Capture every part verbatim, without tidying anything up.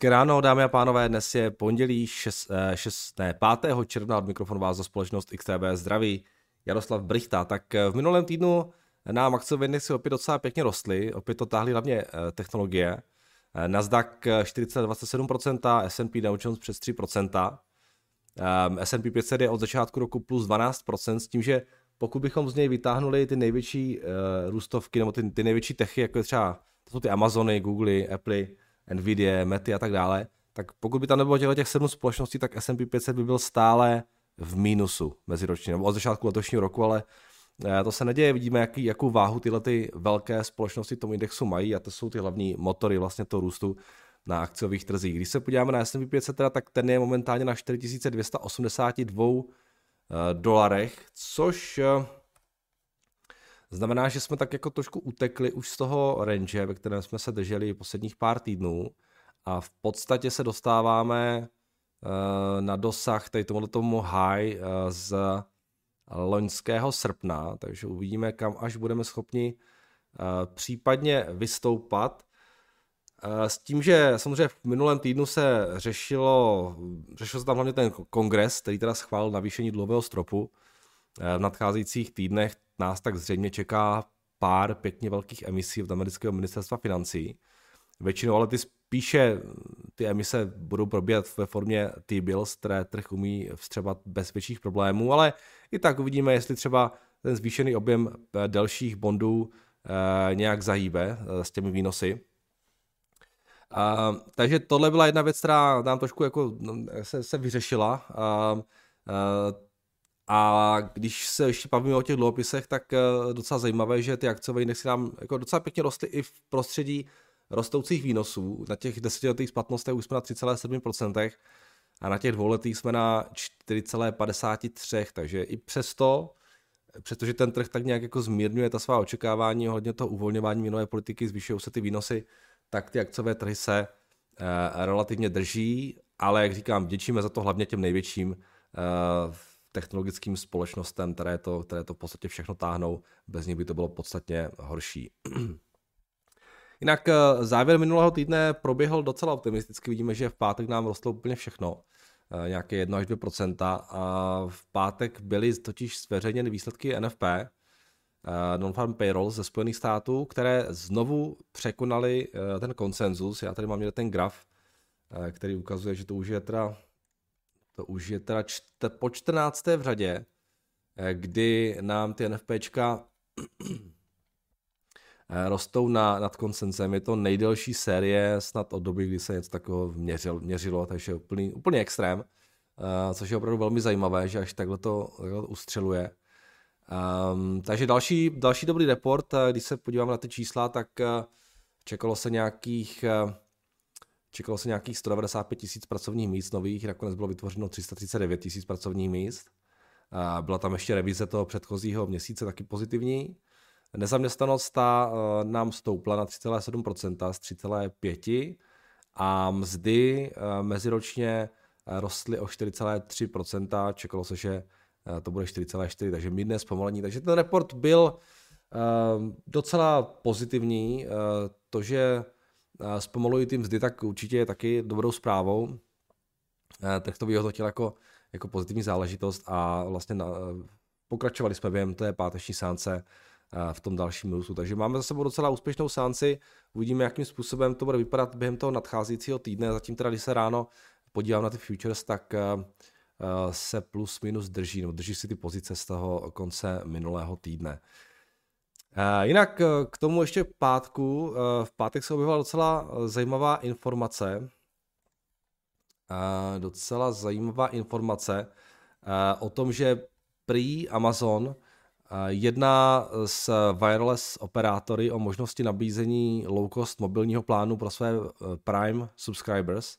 Hezké ráno, dámy a pánové, dnes je pondělí šest, šest, ne, pátého června, od mikrofonu vás za společnost X T B zdraví Jaroslav Brychta. Tak v minulém týdnu nám akciové indexy opět docela pěkně rostly, opět to táhly hlavně technologie. Nasdaq čtyři celá dvacet sedm procenta, S and P Dow Jones přes tři procenta. S and P pět set je od začátku roku plus dvanáct procent s tím, že pokud bychom z něj vytáhnuli ty největší uh, růstovky nebo ty, ty největší techy, jako je třeba to jsou ty Amazony, Google, Apple, Nvidia, Mety a tak dále, tak pokud by tam nebylo těchto těch sedm společností, tak S and P pět set by byl stále v mínusu meziročně, nebo od začátku letošního roku, ale to se neděje, vidíme, jaký, jakou váhu tyhle ty velké společnosti tomu indexu mají a to jsou ty hlavní motory vlastně toho růstu na akciových trzích. Když se podíváme na S and P pět set, teda, tak ten je momentálně na čtyři tisíce dvě stě osmdesát dva dolarech, což znamená, že jsme tak jako trošku utekli už z toho range, ve kterém jsme se drželi posledních pár týdnů a v podstatě se dostáváme na dosah tady tomuto high z loňského srpna, takže uvidíme, kam až budeme schopni případně vystoupat. S tím, že samozřejmě v minulém týdnu se řešilo, řešil se tam hlavně ten kongres, který teda schválil navýšení dluhového stropu. V nadcházejících týdnech nás tak zřejmě čeká pár pěkně velkých emisí od amerického ministerstva financí. Většinou ale ty spíše ty emise budou probíhat ve formě T-bills, které trh umí vstřebat bez větších problémů, ale i tak uvidíme, jestli třeba ten zvýšený objem delších bondů nějak zahýbe s těmi výnosy. Uh, takže tohle byla jedna věc, která nám trošku jako se, se vyřešila. Uh, uh, a když se ještě bavíme o těch dluhopisech, tak uh, docela zajímavé, že ty akciové indexy nám jako docela pěkně rostly i v prostředí rostoucích výnosů. Na těch desetiletých splatnostech už jsme na tři celá sedm procenta a na těch dvouletých jsme na čtyři celá padesát tři, takže i přesto, přestože ten trh tak nějak jako zmírňuje ta svá očekávání ohledně toho uvolňování měnové politiky, zvyšují se ty výnosy, tak ty akciové trhy se uh, relativně drží, ale jak říkám, vděčíme za to hlavně těm největším uh, technologickým společnostem, které to, které to v podstatě všechno táhnou, bez nich by to bylo podstatně horší. Jinak uh, závěr minulého týdne proběhl docela optimisticky, vidíme, že v pátek nám rostlo úplně všechno, uh, nějaké jedna až dvě procenta a v pátek byly totiž zveřejněny výsledky N F P, Non-Farm Payroll ze Spojených států, které znovu překonaly ten konsenzus. Já tady mám ten graf, který ukazuje, že to už je teda, to už je teda čte, po čtrnácté v řadě, kdy nám ty NFPčka rostou na, nad konsenzem. Je to nejdelší série snad od doby, kdy se něco takového měřil, měřilo, takže úplný, úplný extrém, což je opravdu velmi zajímavé, že až takhle to, takhle to ustřeluje. Um, takže další, další dobrý report, když se podíváme na ty čísla, tak uh, čekalo se nějakých uh, čekalo se nějakých sto devadesát pět tisíc pracovních míst nových, nakonec bylo vytvořeno tři sta třicet devět tisíc pracovních míst. Uh, byla tam ještě revize toho předchozího měsíce, taky pozitivní. Nezaměstnanost ta uh, nám stoupla na tři celá sedm procenta z tři celá pět procenta a mzdy uh, meziročně uh, rostly o čtyři celá tři procenta, čekalo se, že to bude čtyři celá čtyři, takže mírné zpomalení. Takže ten report byl uh, docela pozitivní. Uh, to, že uh, zpomalují ty mzdy, tak určitě je taky dobrou zprávou. Uh, trh to vyhodnotil jako, jako pozitivní záležitost a vlastně na, uh, pokračovali jsme během té páteční seance uh, v tom dalším růstu. Takže máme za sebou docela úspěšnou seanci. Uvidíme, jakým způsobem to bude vypadat během toho nadcházejícího týdne. Zatím teda, když se ráno podívám na ty futures, tak uh, se plus minus drží, nebo drží si ty pozice z toho konce minulého týdne. Jinak k tomu ještě pátku. V pátek se objevila docela zajímavá informace. Docela zajímavá informace o tom, že prý Amazon jedná s wireless operátory o možnosti nabízení low-cost mobilního plánu pro své Prime subscribers.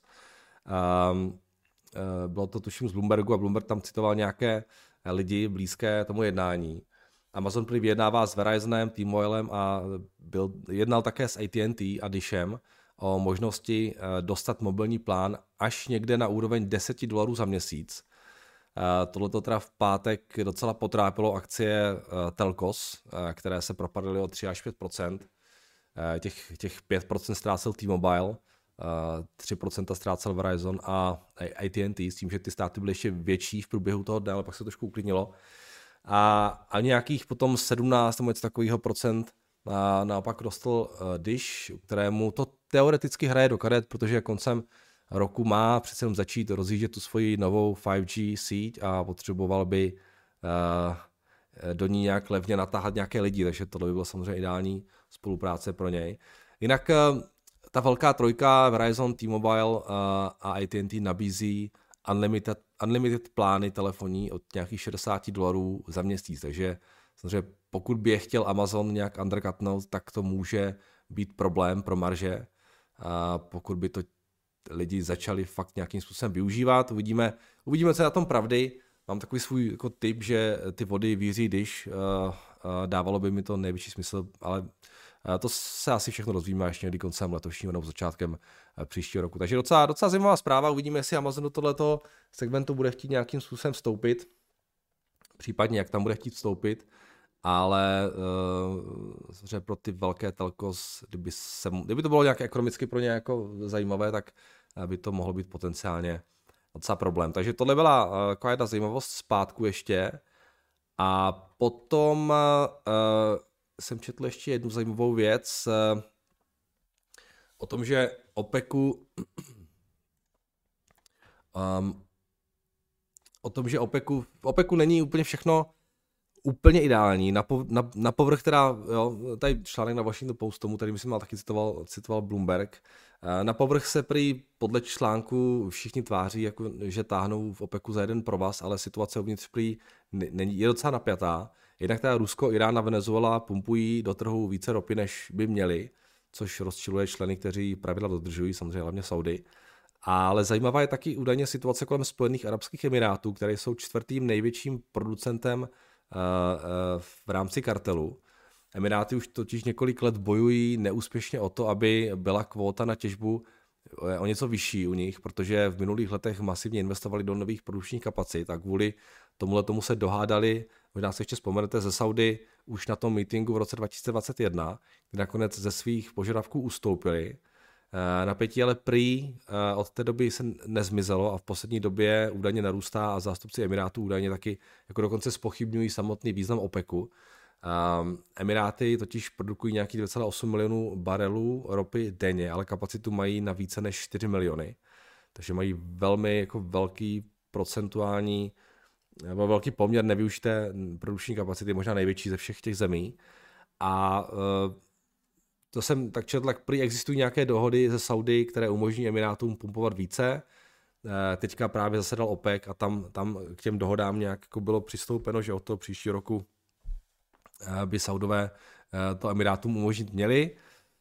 Bylo to tuším z Bloombergu a Bloomberg tam citoval nějaké lidi blízké tomu jednání. Amazon prý vyjednává s Verizonem, T-Mobilem a byl, jednal také s A T and T a Dishem o možnosti dostat mobilní plán až někde na úroveň deset dolarů za měsíc. Tohle to teda v pátek docela potrápilo akcie Telcos, které se propadly o tři až pět procent. Těch, těch pět procent ztrácel T-Mobile. tři procenta ztrácel Verizon a A T and T s tím, že ty ztráty byly ještě větší v průběhu toho dne, ale pak se to trošku uklidnilo. A, a nějakých potom sedmnáct nebo něco takového procent a naopak rostl Dish, kterému to teoreticky hraje do karet, protože koncem roku má přece jenom začít rozjíždět tu svoji novou five G síť a potřeboval by uh, do ní nějak levně natáhat nějaké lidi, takže tohle by bylo samozřejmě ideální spolupráce pro něj. Jinak uh, ta velká trojka Verizon, T-Mobile uh, a A T and T nabízí unlimited, unlimited plány telefonní od nějakých šedesát dolarů za měsíc, takže samozřejmě pokud by je chtěl Amazon nějak undercutnout, tak to může být problém pro marže, a pokud by to lidi začali fakt nějakým způsobem využívat. Uvidíme, uvidíme co je na tom pravdy. Mám takový svůj jako tip, že ty vody víří Dish, uh, uh, dávalo by mi to největší smysl, ale uh, to se asi všechno dozvíme ještě někdy koncem letošního nebo začátkem uh, příštího roku. Takže docela, docela zajímavá zpráva. Uvidíme, jestli Amazon do tohoto segmentu bude chtít nějakým způsobem vstoupit, případně jak tam bude chtít vstoupit, ale uh, pro ty velké telkos, kdyby, se, kdyby to bylo nějak ekonomicky pro ně jako zajímavé, tak by to mohlo být potenciálně docela problém. Takže tohle byla uh, taková jedna zajímavost zpátku ještě. A potom uh, jsem četl ještě jednu zajímavou věc uh, o tom, že OPECu um, o tom, že OPECu, v OPECu není úplně všechno úplně ideální. Na, po, na, na povrch teda, jo, tady článek na Washington Post tomu, tady myslím, mal taky citoval, citoval Bloomberg. Na povrch se prý podle článku všichni tváří, jako, že táhnou v OPECu za jeden provaz, ale situace uvnitř prý není, je docela napjatá. Jednak teda Rusko, Irán a Venezuela pumpují do trhu více ropy, než by měli, což rozčiluje členy, kteří pravidla dodržují, samozřejmě hlavně Saudy. Ale zajímavá je taky údajně situace kolem Spojených arabských emirátů, které jsou čtvrtým největším producentem v rámci kartelu. Emiráty už totiž několik let bojují neúspěšně o to, aby byla kvóta na těžbu o něco vyšší u nich, protože v minulých letech masivně investovali do nových produkčních kapacit a kvůli tomuhle tomu se dohádali, možná se ještě vzpomenete, ze Saudy už na tom meetingu v roce dva tisíce dvacet jedna, kdy nakonec ze svých požadavků ustoupili. Napětí ale prý od té doby se nezmizelo a v poslední době údajně narůstá a zástupci Emirátů údajně taky jako dokonce zpochybňují samotný význam OPECu. Emiráty totiž produkují nějaký dva celé osm milionů barelů ropy denně, ale kapacitu mají na více než čtyři miliony. Takže mají velmi jako velký procentuální, nebo velký poměr nevyužité produkční kapacity, možná největší ze všech těch zemí. A to jsem tak četl, jak prý existují nějaké dohody ze Saudy, které umožní Emirátům pumpovat více. Teďka právě zasedal OPEC a tam, tam k těm dohodám nějak jako bylo přistoupeno, že od toho příští roku by Saudové to Emirátům umožnit měli.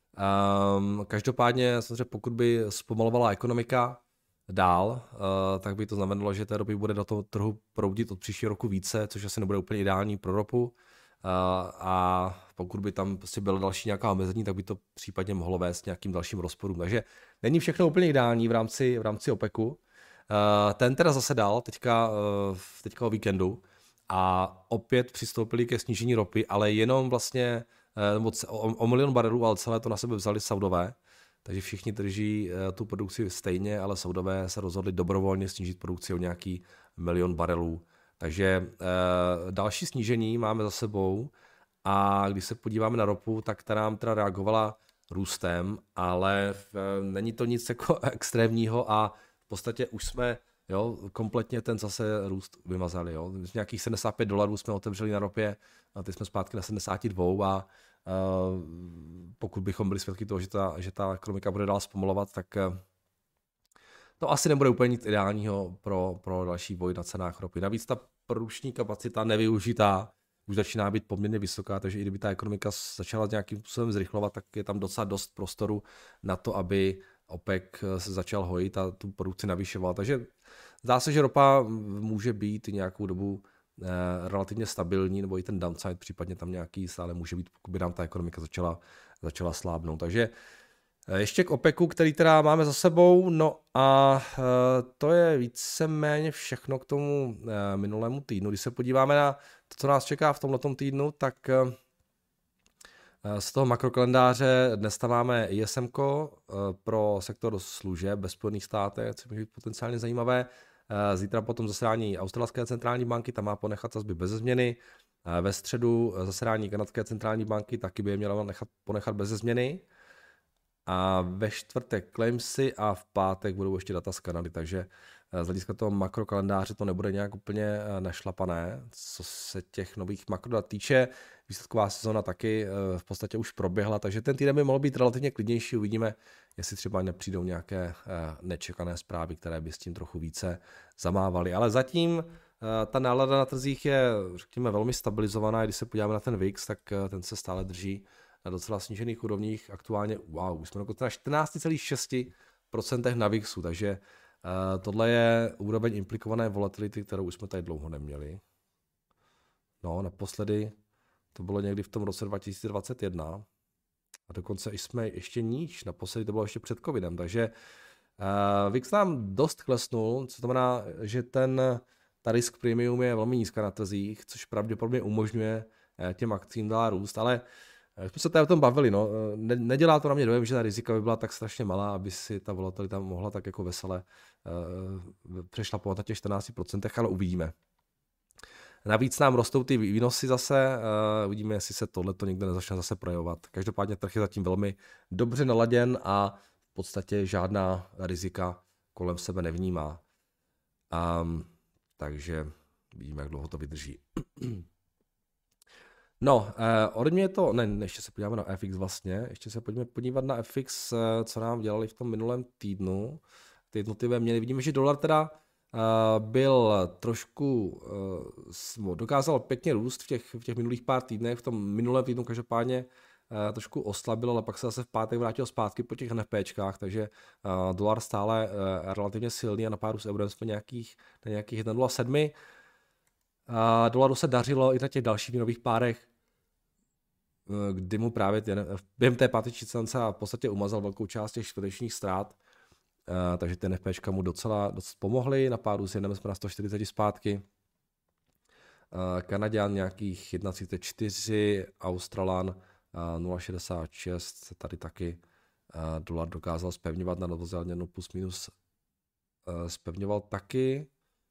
Každopádně, samozřejmě pokud by zpomalovala ekonomika dál, tak by to znamenalo, že té ropy bude do toho trhu proudit od příštího roku více, což asi nebude úplně ideální pro ropu. A pokud by tam prostě bylo další nějaká omezení, tak by to případně mohlo vést nějakým dalším rozporům. Takže není všechno úplně ideální v rámci, v rámci OPECu. Ten teda zasedal teďka, teďka o víkendu a opět přistoupili ke snížení ropy, ale jenom vlastně o, o milion barelů, ale celé to na sebe vzali Saudové. Takže všichni drží tu produkci stejně, ale Saudové se rozhodli dobrovolně snížit produkci o nějaký milion barelů. Takže e, další snížení máme za sebou a když se podíváme na ropu, tak ta nám teda reagovala růstem, ale v, není to nic jako extrémního a v podstatě už jsme jo, kompletně ten zase růst vymazali. Jo. Z nějakých sedmdesát pět dolarů jsme otevřeli na ropě a teď jsme zpátky na sedmdesát dva a e, pokud bychom byli svědky toho, že ta, že ta ekonomika bude dál zpomalovat, tak e, to asi nebude úplně nic ideálního pro, pro další boj na cenách ropy. Navíc ta produkční kapacita nevyužitá už začíná být poměrně vysoká, takže i kdyby ta ekonomika začala nějakým způsobem zrychlovat, tak je tam docela dost prostoru na to, aby OPEC se začal hojit a tu produkci navyšoval. Takže zdá se, že ropa může být nějakou dobu eh, relativně stabilní, nebo i ten downside případně tam nějaký stále může být, pokud by nám ta ekonomika začala, začala slábnout. Takže ještě k OPECu, který teda máme za sebou, no a to je víceméně všechno k tomu minulému týdnu. Když se podíváme na to, co nás čeká v tomhletom týdnu, tak Z toho makrokalendáře dnes tam máme I S M ko pro sektor služeb ve Spojených státech, což může být potenciálně zajímavé. Zítra potom zasedání Australské centrální banky, tam má ponechat sazby bez změny. Ve středu zasedání Kanadské centrální banky taky by je měla nechat, ponechat bez změny. A ve čtvrtek claimsy a v pátek budou ještě data z Kanady, takže z hlediska toho makrokalendáře to nebude nějak úplně našlapané. Co se těch nových makrodat týče, výsledková sezona taky v podstatě už proběhla, takže ten týden by mohl být relativně klidnější. Uvidíme, jestli třeba nepřijdou nějaké nečekané zprávy, které by s tím trochu více zamávaly. Ale zatím ta nálada na trzích je, řekněme, velmi stabilizovaná. Když se podíváme na ten V I X, tak ten se stále drží na docela snížených úrovních. Aktuálně, wow, už jsme dokonce na čtrnáct celá šest procent na V I Xu, takže uh, tohle je úroveň implikované volatility, kterou už jsme tady dlouho neměli. No, naposledy to bylo někdy v tom roce dva tisíce dvacet jedna a dokonce jsme ještě níž, naposledy to bylo ještě před covidem, takže uh, V I X nám dost klesnul, co znamená, že ten ta risk premium je velmi nízká na trzích, což pravděpodobně umožňuje těm akcím dál růst, ale jsme se tady o tom bavili, no. Ne, nedělá to na mě dojem, že ta rizika by byla tak strašně malá, aby si ta volatilita mohla tak jako vesele uh, přešlapovat na těch čtrnáct procent, ale uvidíme. Navíc nám rostou ty výnosy zase, uh, uvidíme, jestli se tohleto někde nezačne zase projevovat. Každopádně trh je zatím velmi dobře naladěn a v podstatě žádná rizika kolem sebe nevnímá. Um, takže vidíme, jak dlouho to vydrží. No, eh, ode mě je to, ne, ještě se podíváme na F X vlastně, ještě se pojďme podívat na F X, eh, co nám dělali v tom minulém týdnu, ty jednotlivé měny. Vidíme, že dolar teda eh, byl trošku, eh, dokázal pěkně růst v těch, v těch minulých pár týdnech, v tom minulém týdnu každopádně eh, trošku oslabil, ale pak se zase v pátek vrátil zpátky po těch NFPčkách, takže eh, dolar stále eh, relativně silný a na páru s eurem jsme nějakých, na nějakých jedna celá nula sedm. A dolaru se dařilo i na těch dalších měnových párech, kdy mu právě ten, během té páteční cence a v podstatě umazal velkou část těch čtvrtečních ztrát, uh, takže ty NFPčka mu docela dost pomohly, na pádu s jenem jsme na sto čtyřicet zpátky, uh, Kanaďan nějakých jedna celá třicet čtyři, Australan uh, nula celá šedesát šest, tady taky uh, dolar dokázal zpevňovat na novozélanděnu plus minus, uh, zpevňoval taky.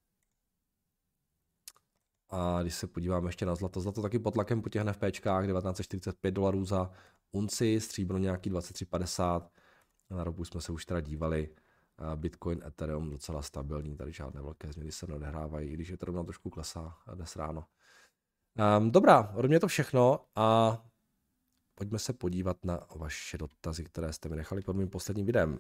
A když se podíváme ještě na zlato, zlato taky pod tlakem po těch NFPčkách, devatenáct set čtyřicet pět dolarů za unci, stříbro nějaký dvacet tři padesát, na ropu jsme se už teda dívali, Bitcoin, Ethereum docela stabilní, tady žádné velké změny se neodehrávají, i když Ethereum nám trošku klesá dnes ráno. Um, dobrá, ode mě to všechno a pojďme se podívat na vaše dotazy, které jste mi nechali pod mým posledním videem.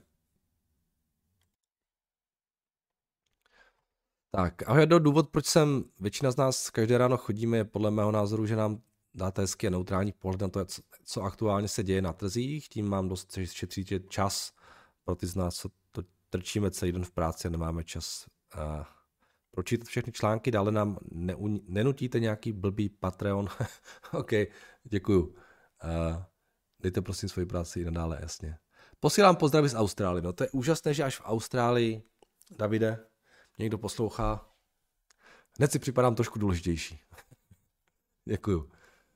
Tak, ahoj, do důvod, proč jsem, většina z nás každé ráno chodíme, je podle mého názoru, že nám dáte hezky neutrální pohled na to, co aktuálně se děje na trzích, tím mám dost šetřit čas pro ty z nás, co to trčíme celý den v práci a nemáme čas uh, pročítat všechny články, dále nám neun, nenutíte nějaký blbý Patreon. OK, děkuju. Uh, dejte prosím svoji práci i nadále, jasně. Posílám pozdravy z Austrálie, no to je úžasné, že až v Austrálii, Davide, někdo poslouchá. Hned si připadám trošku důležitější. Děkuju. Uh,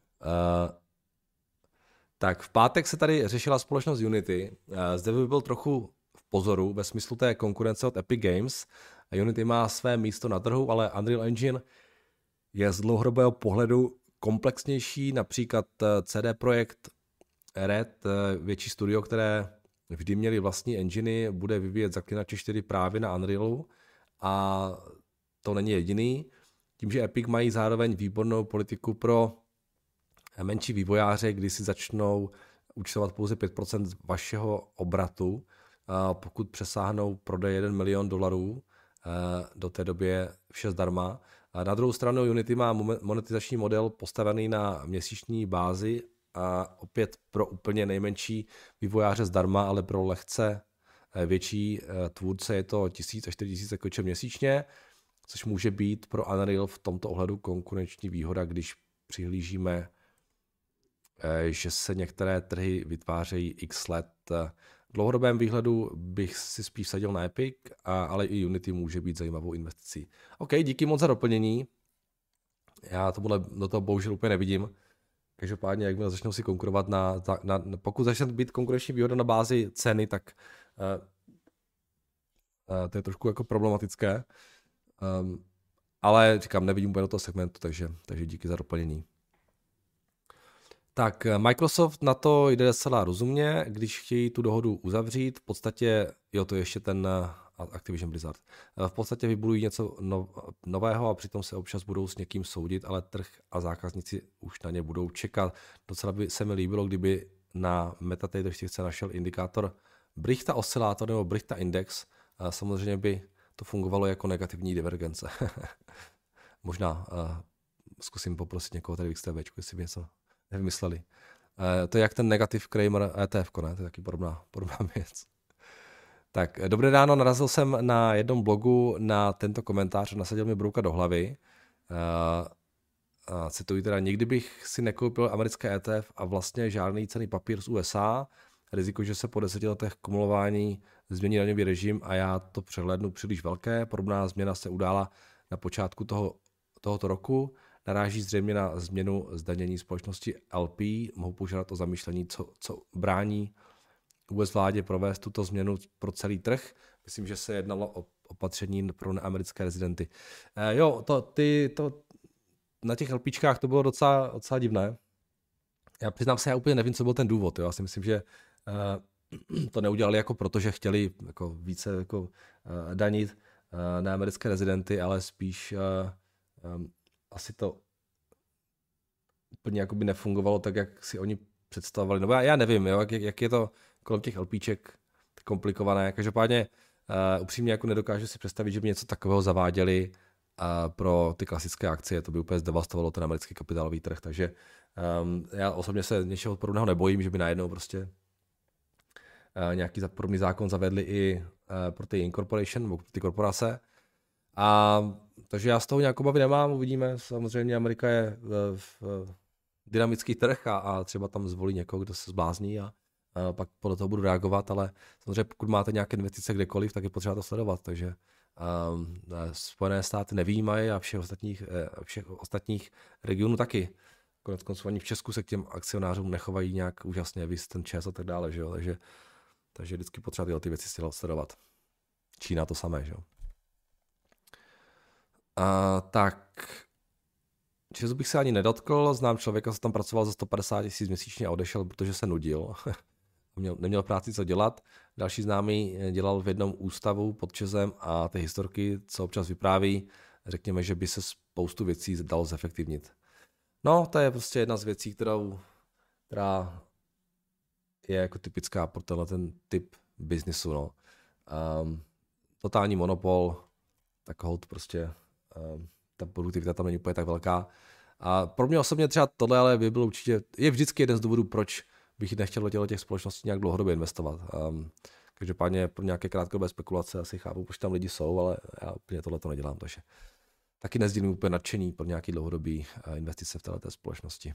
tak v pátek se tady řešila společnost Unity. Uh, zde by byl trochu v pozoru ve smyslu té konkurence od Epic Games. Unity má své místo na trhu, ale Unreal Engine je z dlouhodobého pohledu komplexnější. Například C D Projekt Red, větší studio, které vždy měli vlastní enginy, bude vyvíjet Zaklinače čtyři právě na Unrealu. A to není jediný. Tím, že Epic mají zároveň výbornou politiku pro menší vývojáře, kdy si začnou účtovat pouze pět procent vašeho obratu, pokud přesáhnou prodej jeden milion dolarů, do té doby je vše zdarma. A na druhou stranu Unity má monetizační model postavený na měsíční bázi a opět pro úplně nejmenší vývojáře zdarma, ale pro lehce větší tvůrce je to tisíc až čtyři tisíce koček měsíčně, což může být pro Unreal v tomto ohledu konkurenční výhoda, když přihlížíme, že se některé trhy vytvářejí x let. V dlouhodobém výhledu bych si spíš sadil na Epic, ale i Unity může být zajímavou investicí. OK, díky moc za doplnění. Já tomuhle do toho bohužel úplně nevidím. Každopádně, jakmile začnou si konkurovat na, na, na pokud začne být konkurenční výhoda na bázi ceny, tak uh, uh, to je trošku jako problematické. Um, ale říkám, nevidím úplně do toho segmentu, takže, takže díky za doplnění. Tak Microsoft na to jde docela rozumně, když chtějí tu dohodu uzavřít, v podstatě, jo, to je ještě ten Activision Blizzard, v podstatě vybudují něco no, nového a přitom se občas budou s někým soudit, ale trh a zákazníci už na ně budou čekat. Docela by se mi líbilo, kdyby na MetaTrader čtyři našel indikátor Brichta oscilátor nebo Brichta index, a samozřejmě by to fungovalo jako negativní divergence. Možná uh, zkusím poprosit někoho tady v X T B, jestli by něco nevymysleli. Uh, to je jak ten negativ Kramer E T F, ne? To je taky podobná, podobná věc. Tak, dobré ráno, narazil jsem na jednom blogu na tento komentář a nasadil mi brouka do hlavy. Uh, uh, cituji teda, nikdy bych si nekoupil americké E T F a vlastně žádný cenný papír z U S A. Riziko, že se po deseti letech kumulování změní daňový režim a já to přehlédnu příliš velké. Podobná změna se udála na počátku toho, tohoto roku. Naráží zřejmě na změnu zdanění společnosti L P. Mohu požádat o zamýšlení, co, co brání U S vládě provést tuto změnu pro celý trh. Myslím, že se jednalo o opatření pro neamerické rezidenty. E, jo, to, ty, to, na těch LPčkách to bylo docela, docela divné. Já přiznám se, já úplně nevím, co byl ten důvod. Jo. Já si myslím, že uh, to neudělali jako proto, že chtěli jako více jako, uh, danit uh, neamerické rezidenty, ale spíš uh, um, asi to úplně jakoby nefungovalo tak, jak si oni představovali. No já, já nevím, jo, jak, jak je to kolem těch LPček komplikované. Každopádně uh, upřímně jako nedokážu si představit, že by něco takového zaváděli uh, pro ty klasické akcie. To by úplně zdevastovalo ten americký kapitálový trh. Takže um, já osobně se něčeho podobného nebojím, že by najednou prostě uh, nějaký podobný zákon zavedli i uh, pro ty incorporation, nebo pro ty korporace. A takže já z toho nějakou obavy nemám, uvidíme. Samozřejmě Amerika je v, v dynamický trh a, a třeba tam zvolí někoho, kdo se zblázní a, a pak podle toho budu reagovat, ale samozřejmě pokud máte nějaké investice kdekoliv, tak je potřeba to sledovat, takže um, Spojené státy nevyjímají a všech ostatních, všech ostatních regionů taky. Konec konců ani v Česku se k těm akcionářům nechovají nějak úžasně, vys ten čes a tak dále, že jo? Takže, takže vždycky potřeba tyhle ty věci sledovat. Čína to samé, že jo. Uh, tak, Česu bych se ani nedotkl, znám člověka, co tam pracoval za sto padesát tisíc měsíčně a odešel, protože se nudil. Měl, neměl práci co dělat. Další známý dělal v jednom ústavu pod Česem a ty historky, co občas vypráví, řekněme, že by se spoustu věcí dalo zefektivnit. No, to je prostě jedna z věcí, kterou, která je jako typická pro tenhle ten typ biznisu. No. Um, totální monopol, tak hold prostě um, ta produktivita tam není úplně tak velká. A pro mě osobně třeba tohle ale by bylo určitě, je vždycky jeden z důvodů, proč bych nechtěl do těch společností nějak dlouhodobě investovat. Um, každopádně pro nějaké krátkodobé spekulace asi chápu, proč tam lidi jsou, ale já úplně tohle to nedělám, takže taky nezdílím úplně nadšení pro nějaký dlouhodobý investice v této společnosti.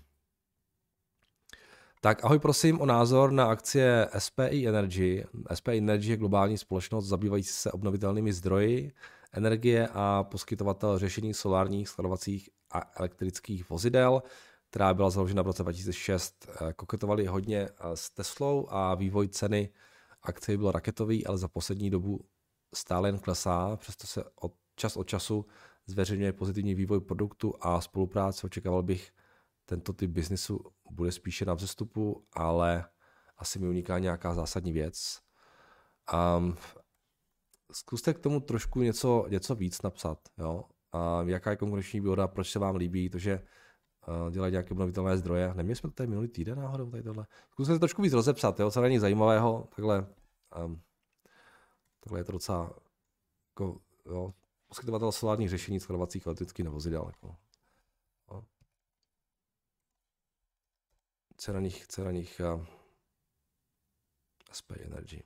Tak ahoj, prosím o názor na akcie S P I Energy. S P I Energy je globální společnost zabývající se obnovitelnými zdroji energie a poskytovatel řešení solárních, skladovacích a elektrických vozidel, která byla založena v roce dva tisíce šest. Koketovali hodně s Teslou a vývoj ceny akcií byl raketový, ale za poslední dobu stále jen klesá, přesto se od čas od času zveřejňuje pozitivní vývoj produktu a spolupráce. Očekával bych, tento typ biznisu bude spíše na vzestupu, ale asi mi uniká nějaká zásadní věc. Um, zkuste k tomu trošku něco, něco víc napsat. Jo? A jaká je konkurenční výhoda, proč se vám líbí to, že uh, dělají nějaké obnovitelné zdroje. Neměli jsme to tady minulý týden náhodou tady tohle. Zkuste to trošku víc rozepsat, jo? Co není zajímavého. Takhle, um, takhle je to docela jako, jo, poskytovatel solárních řešení skladovacích elektrických vozidel. Jako. No. Co na nich, co na nich uh, S P I Energy.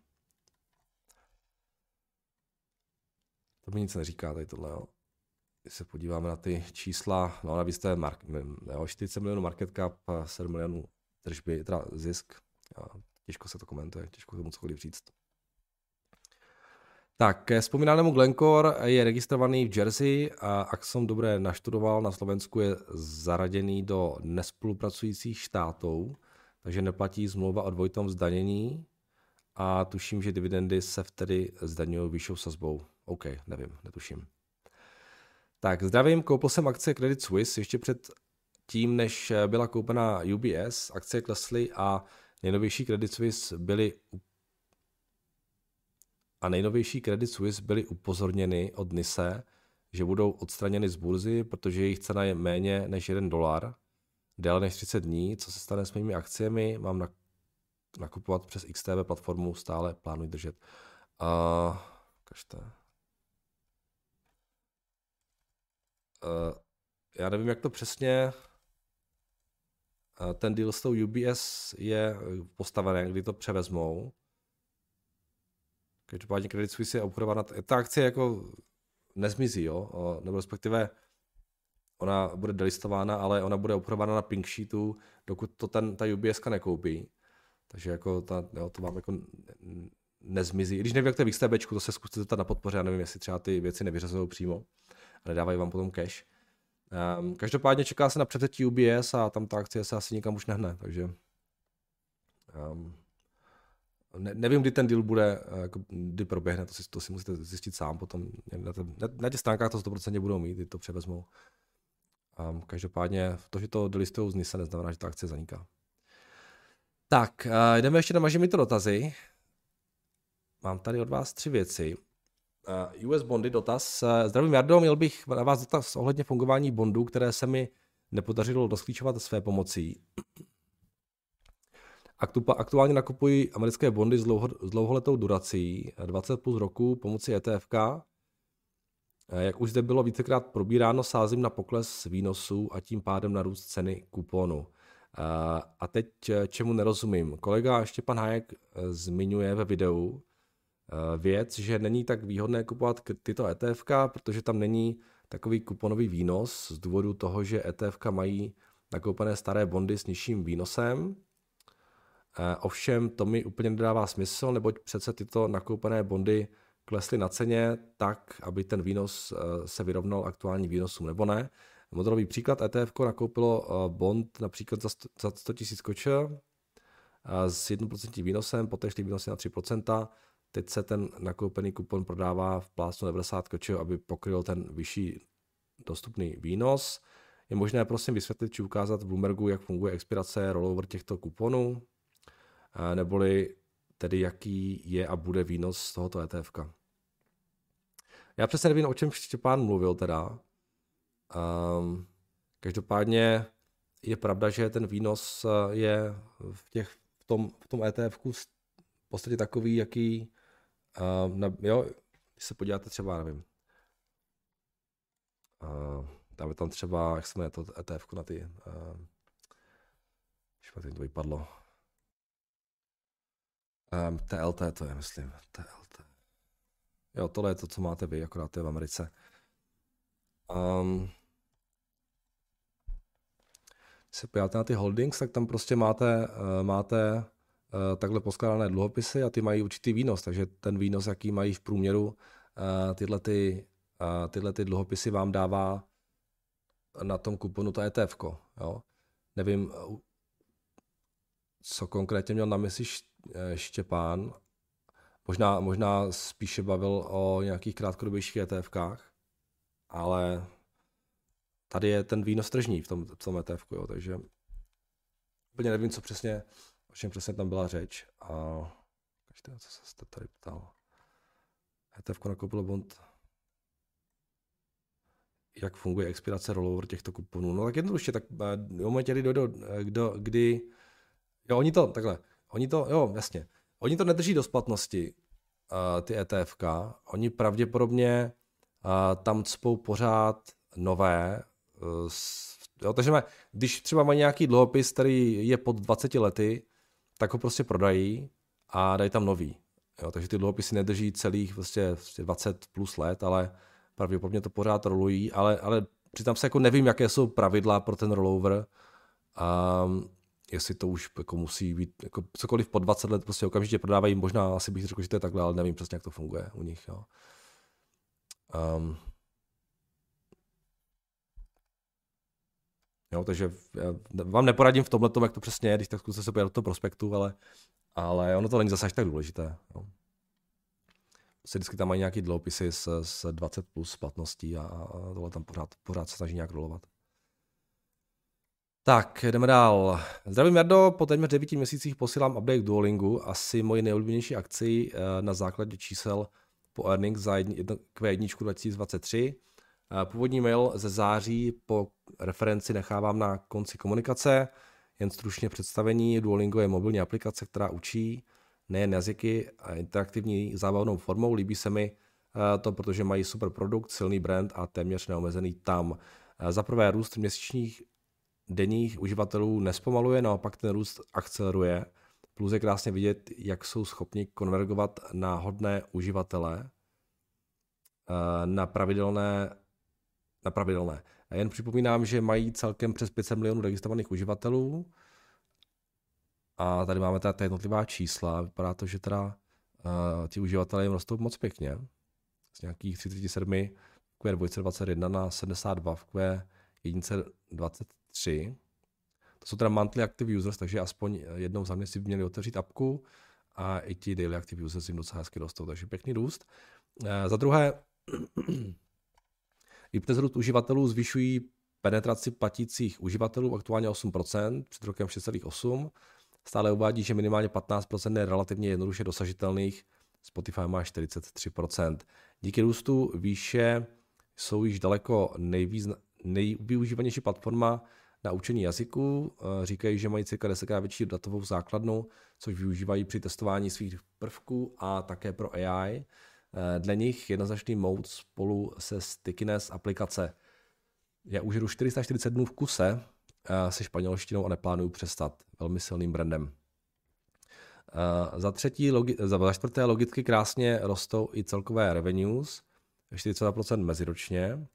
To mi nic neříká tady tohle, jo. Když se podíváme na ty čísla, no navíc to je mark, jo, čtyřicet milionů market cap, sedm milionů tržby, teda zisk. Jo, těžko se to komentuje, těžko tomu cokoliv říct. Tak, ke vzpomínanému Glencore je registrovaný v Jersey a ak som dobre naštudoval, na Slovensku je zaradený do nespolupracujících štátů, takže neplatí zmlouva o dvojitom zdanění a tuším, že dividendy se vtedy zdaňují vyššou sazbou. OK, nevím, netuším. Tak, zdravím, koupil jsem akcie Credit Suisse ještě před tím, než byla koupena U B S, akcie klesly a nejnovější Credit Suisse byly a nejnovější Credit Suisse byly upozorněny od N Y S E, že budou odstraněny z burzy, protože jejich cena je méně než jeden dolar, déle než třicet dní. Co se stane s mými akciemi? Mám nakupovat přes X T B platformu, stále plánuji držet. Uh, kažte. Uh, já nevím, jak to přesně uh, ten deal s tou U B S je postavený, kdy to převezmou. Každopádně Credit Suisse je obchodovaná, ta akcie jako nezmizí, jo, nebo respektive ona bude delistována, ale ona bude obchodována na pink sheetu, dokud to ten, ta U B S ka nekoupí. Takže jako ta, jo, to vám jako nezmizí. I když nevím, jak to je v XTBčku, to se zkuste zeptat na podpoře, já nevím, jestli třeba ty věci nevyřazují přímo a nedávají vám potom cash. Um, každopádně čeká se na převzetí U B S a tam ta akcie se asi nikam už nehne, takže um, Ne, nevím, kdy ten deal bude, jako, kdy proběhne, to si, to si musíte zjistit sám potom. Na, na, na těch stránkách to sto procent budou mít, kdy to převezmou. Um, každopádně to, že to delistujou z N Y S E, neznamená, že ta akce zaniká. Tak, uh, jdeme ještě na mažemito dotazy. Mám tady od vás tři věci. Uh, U S bondy dotaz. Uh, zdravím Jardo, měl bych na vás dotaz ohledně fungování bondů, které se mi nepodařilo dosklíčovat své pomocí. Aktuálně nakupuji americké bondy s, dlouho, s dlouholetou durací dvacet plus roku pomocí E T F K. Jak už zde bylo vícekrát probíráno, sázím na pokles výnosů a tím pádem na růst ceny kuponu. A teď čemu nerozumím. Kolega Štěpán Hájek zmiňuje ve videu věc, že není tak výhodné kupovat tyto E T F K, protože tam není takový kuponový výnos z důvodu toho, že E T F K mají nakoupené staré bondy s nižším výnosem. Ovšem to mi úplně nedává smysl, neboť přece tyto nakoupené bondy klesly na ceně tak, aby ten výnos se vyrovnal aktuálním výnosům, nebo ne. Modelový příklad, E T F ko nakoupilo bond například za sto tisíc kočer s jedním procentním výnosem, poté šli výnosy na tři procenta, teď se ten nakoupený kupon prodává v plásnu devadesát kočer, aby pokryl ten vyšší dostupný výnos. Je možné prosím vysvětlit či ukázat v Bloombergu, jak funguje expirace rollover těchto kuponů? Neboli tedy jaký je a bude výnos z tohoto E T F ka. Já přesně nevím, o čem Štěpán mluvil teda. Um, každopádně je pravda, že ten výnos je v, těch, v, tom, v tom E T F ku v podstatě takový, jaký, um, na, jo, když se podíváte třeba, nevím, uh, dáme tam třeba, jak se jmenuje to E T F ku na ty, uh, špatně to vypadlo. Um, T L T to je, myslím. T L T. Jo, tohle je to, co máte vy, akorát to je v Americe. Um, když se podíváte na ty holdings, tak tam prostě máte, uh, máte uh, takhle poskládané dluhopisy a ty mají určitý výnos, takže ten výnos, jaký mají v průměru, uh, tyhle, ty, uh, tyhle ty dluhopisy vám dává na tom kuponu to E T F ko. Jo? Nevím, uh, co konkrétně měl na mysli Štěpán. Možná, možná spíše bavil o nějakých krátkodobějších E T F kách, ale tady je ten výnos tržní v tom, v tom E T F ku, jo, takže úplně nevím, co přesně, o čem přesně tam byla řeč. A každé, co se tady ptal. E T F ko nakoupilo bond. Jak funguje expirace rollover těchto kuponů? No tak jednoduše, tak v momentě, kdy dojde, kdo, kdy jo, oni to, takhle, oni to, jo, jasně, oni to nedrží do splatnosti, uh, ty E T F ka, oni pravděpodobně uh, tam cpou pořád nové, uh, s, jo, takže má, když třeba mají nějaký dluhopis, který je pod dvaceti lety, tak ho prostě prodají a dají tam nový, jo, takže ty dluhopisy nedrží celých vlastně dvacet plus let, ale pravděpodobně to pořád rolují, ale, ale přitom se jako nevím, jaké jsou pravidla pro ten rollover, um, jestli to už jako musí být, jako cokoliv po dvacet let prostě okamžitě prodávají, možná asi bych řekl, že to je takhle, ale nevím přesně, jak to funguje u nich. Jo. Um, jo, takže vám neporadím v tomhle, jak to přesně je, když tak zkuste se podívat do toho prospektu, ale, ale ono to není zase až tak důležité. Jo. Se vždycky tam mají nějaký dluhopisy s, s dvacet plus splatností a, a tohle tam pořád, pořád se snaží nějak rolovat. Tak, jdeme dál. Zdravím, Jardo, po téměř devíti měsících posílám update k Duolingu, asi moji nejoblíbenější akci na základě čísel po earnings za Q jedna dva tisíce dvacet tři. Původní mail ze září po referenci nechávám na konci komunikace, jen stručně představení. Duolingo je mobilní aplikace, která učí nejen jazyky a interaktivní zábavnou formou. Líbí se mi to, protože mají super produkt, silný brand a téměř neomezený tam. Za prvé růst měsíčních denních uživatelů nespomaluje, naopak ten růst akceleruje. Plus je krásně vidět, jak jsou schopni konvergovat na hodné uživatele na pravidelné, na pravidelné. A jen připomínám, že mají celkem přes pět set milionů registrovaných uživatelů. A tady máme teda ta jednotlivá čísla. Vypadá to, že teda uh, ti uživatelé jim rostou moc pěkně. Z nějakých třicet sedm v Q dva dvacet jedna na sedmdesát dva v Q jedna dvacet tři. To jsou teda monthly active users, takže aspoň jednou za měsíc by měli otevřít apku a i ti daily active users jim docela hezky rostou, takže pěkný růst. Uh, za druhé, i přes růst uživatelů zvyšují penetraci platících uživatelů, aktuálně osm procent, před rokem šest celá osm procent. Stále uvádí, že minimálně patnáct procent je relativně jednoduše dosažitelných, Spotify má čtyřicet tři procent. Díky růstu výše jsou již daleko nejvýzna, nejvyužívanější platforma na učení jazyků. Říkají, že mají cirka desetkrát větší datovou základnu, což využívají při testování svých prvků a také pro A I. Dle nich jednoznačný mode spolu se stickiness aplikace. Já už jdu čtyři sta čtyřicet dnů v kuse se španělštinou a neplánuju přestat. Velmi silným brandem. Za, třetí, za čtvrté logicky krásně rostou i celkové revenues, čtyřicet dva procent meziročně.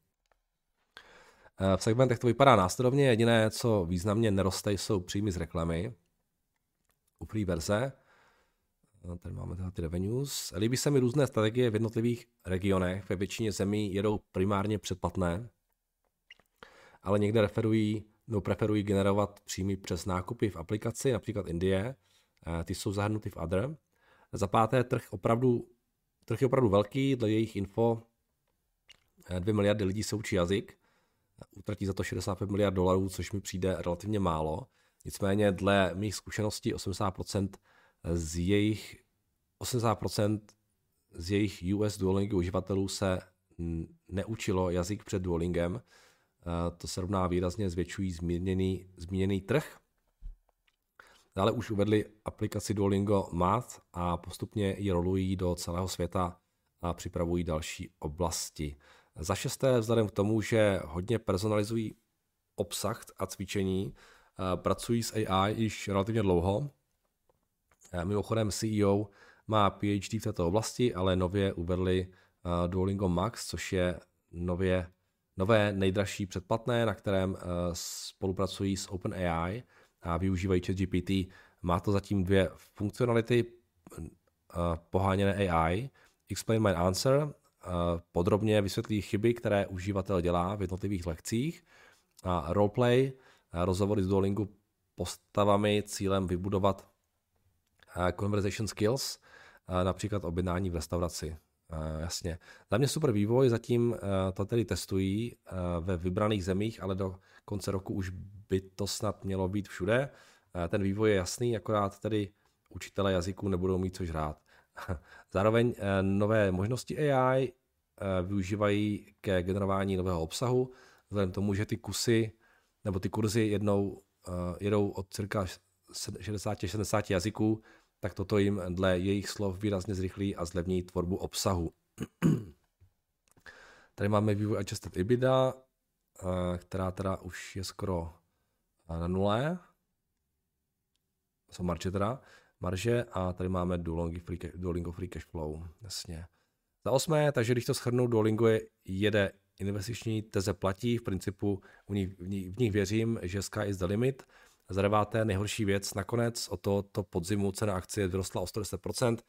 V segmentech to vypadá následovně. Jediné, co významně neroste, jsou příjmy z reklamy. U free verze. Tady máme teda ty revenues. Líbí se mi různé strategie v jednotlivých regionech. Ve většině zemí jedou primárně předplatné, ale někde referují, no preferují generovat příjmy přes nákupy v aplikaci, například Indie. Ty jsou zahrnuty v Other. Za páté, trh, opravdu, trh je opravdu velký, dle jejich info dvě miliardy lidí se učí jazyk. Utratí za to šedesát pět miliard dolarů, což mi přijde relativně málo. Nicméně dle mých zkušeností osmdesát procent z jejich, osmdesát procent z jejich U S Duolingo uživatelů se neučilo jazyk před Duolingem. To se rovná výrazně zvětšují zmíněný, zmíněný trh. Dále už uvedli aplikaci Duolingo Math a postupně ji rolují do celého světa a připravují další oblasti. Za šesté, vzhledem k tomu, že hodně personalizují obsah a cvičení, pracují s A I již relativně dlouho. Mimochodem C E O má P H D v této oblasti, ale nově uvedli Duolingo Max, což je nově, nové nejdražší předplatné, na kterém spolupracují s OpenAI a využívají ChatGPT. Má to zatím dvě funkcionality poháněné A I. Explain my answer podrobně vysvětlí chyby, které uživatel dělá v jednotlivých lekcích. A roleplay, rozhovory z Duolingu postavami cílem vybudovat conversation skills, například objednání v restauraci. Jasně. Za mě super vývoj, zatím to tedy testují ve vybraných zemích, ale do konce roku už by to snad mělo být všude. Ten vývoj je jasný, akorát tedy učitelé jazyků nebudou mít co žrát. Zároveň nové možnosti A I využívají ke generování nového obsahu, vzhledem k tomu, že ty kusy nebo ty kurzy jednou jedou od cirka šedesát až sedmdesát jazyků, tak toto jim dle jejich slov výrazně zrychlí a zlevní tvorbu obsahu. Tady máme vývoj adjusted EBITDA, která teda už je skoro na nule. Jsou marže teda. Marže a tady máme Duolingo Free, Duolingo Free Cash Flow. Jasně. Za osmé, takže když to shrnu, Duolingo je, jede investiční teze platí, v principu v nich, v nich věřím, že sky is the limit. za deváté nejhorší věc nakonec, o to, to podzimu cena akcie vyrostla o sto deset procent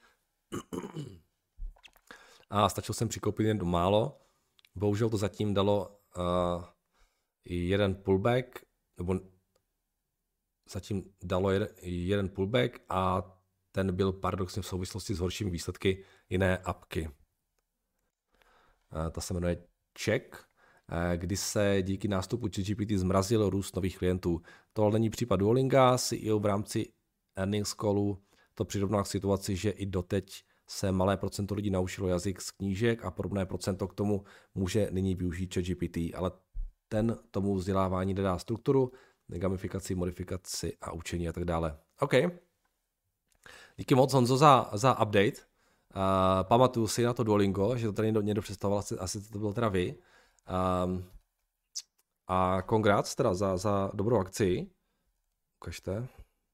a stačil jsem přikoupit jen do málo. Bohužel to zatím dalo uh, jeden pullback, nebo zatím dalo jeden, jeden pullback a ten byl paradoxně v souvislosti s horšími výsledky jiné apky. Uh, ta se jmenuje Check, uh, kdy se díky nástupu ChatGPT zmrazil růst nových klientů. Tohle není případ Duolinga, C E O v rámci earnings callu to přirovnal k situaci, že i doteď se malé procento lidí naučilo jazyk z knížek a podobné procento k tomu může nyní využít ChatGPT, ale ten tomu vzdělávání nedá strukturu, gamifikaci, modifikaci a učení a tak dále. OK. Díky moc, Honzo, za, za update. Uh, pamatuju si na to Duolingo, že to tady někdo, někdo představoval, asi, asi to byl teda vy. Um, a congrats teda za, za dobrou akci. Ukažte.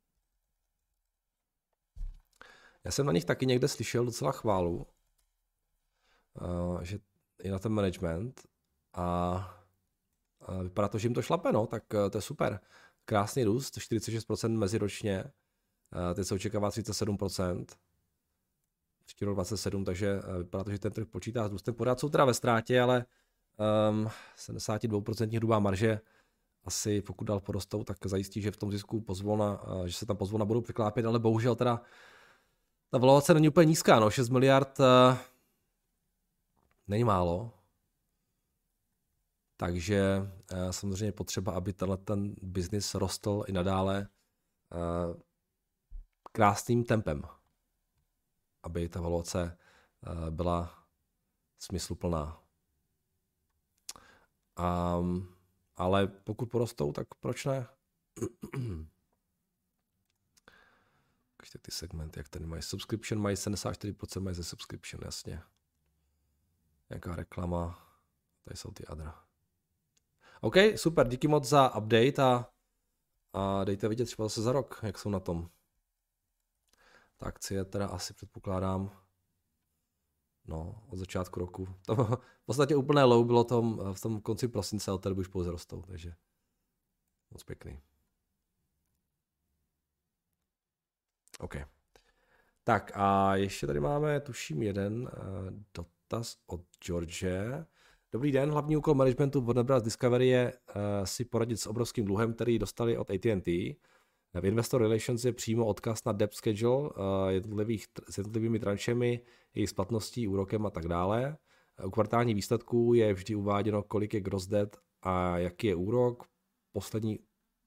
Já jsem na nich taky někde slyšel docela chválu, uh, že i na ten management a uh, vypadá to, že jim to šlape, no, tak uh, to je super. Krásný růst, čtyřicet šest procent meziročně, uh, teď se očekává třicet sedm procent, příští rok dvacet sedm, takže uh, vypadá to, že ten trh počítá s růstem. Pořád jsou teda ve ztrátě, ale um, sedmdesát dva procent hrubá marže, asi pokud dál porostou, tak zajistí, že v tom zisku pozvolna, uh, že se tam pozvolna budou překlápět, ale bohužel teda ta valuace není úplně nízká, no, šest miliard uh, není málo, takže uh, samozřejmě potřeba, aby tenhle ten biznis rostl i nadále uh, krásným tempem, aby ta valuace uh, byla smysluplná. Um, ale pokud porostou, tak proč ne? Ještě ty segmenty, jak tady mají subscription, mají sedmdesát čtyři procent mají ze subscription, jasně. Nějaká reklama, tady jsou ty adra. OK, super, díky moc za update a, a dejte vidět třeba zase za rok, jak jsou na tom. Ta akcie teda asi předpokládám, no, od začátku roku. To v podstatě úplné low bylo tom, v tom konci prosince, ale tady už pouze rostou, takže moc pěkný. OK. Tak a ještě tady máme, tuším, jeden uh, dotaz od George. Dobrý den, hlavní úkol managementu Warner Bros. Discovery je uh, si poradit s obrovským dluhem, který dostali od A T and T. V Investor Relations je přímo odkaz na debt schedule uh, jednotlivých, s jednotlivými tranšemi, jejich splatností, úrokem a tak dále. U kvartálních výsledků je vždy uváděno, kolik je gross debt a jaký je úrok. Poslední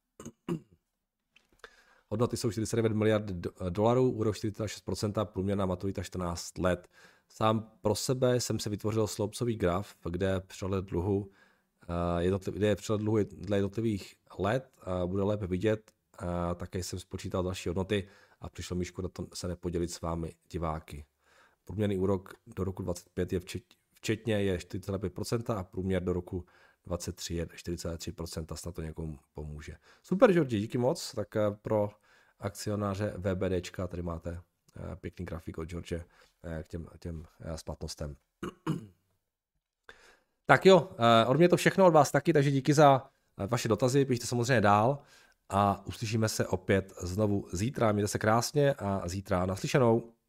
hodnoty jsou čtyřicet devět miliard dolarů, úrok čtyřicet šest procent, průměrná maturita čtrnáct let. Sám pro sebe jsem se vytvořil sloupcový graf, kde přehled dluhu, kde je přehled dluhu dle jednotlivých let, bude lépe vidět. Také jsem spočítal další hodnoty a přišlo mi škoda to se nepodělit s vámi diváky. Průměrný úrok do roku dvacet pět je včetně je čtyři celá pět procenta a průměr do roku dvacet tři je čtyři celá tři procenta, snad to někomu pomůže. Super, Georgi, díky moc. Tak pro akcionáře VBDčka tady máte pěkný grafik od George k těm, těm splatnostem. Tak jo, od mě to všechno, od vás taky, takže díky za vaše dotazy, pište samozřejmě dál a uslyšíme se opět znovu zítra. Mějte se krásně a zítra naslyšenou.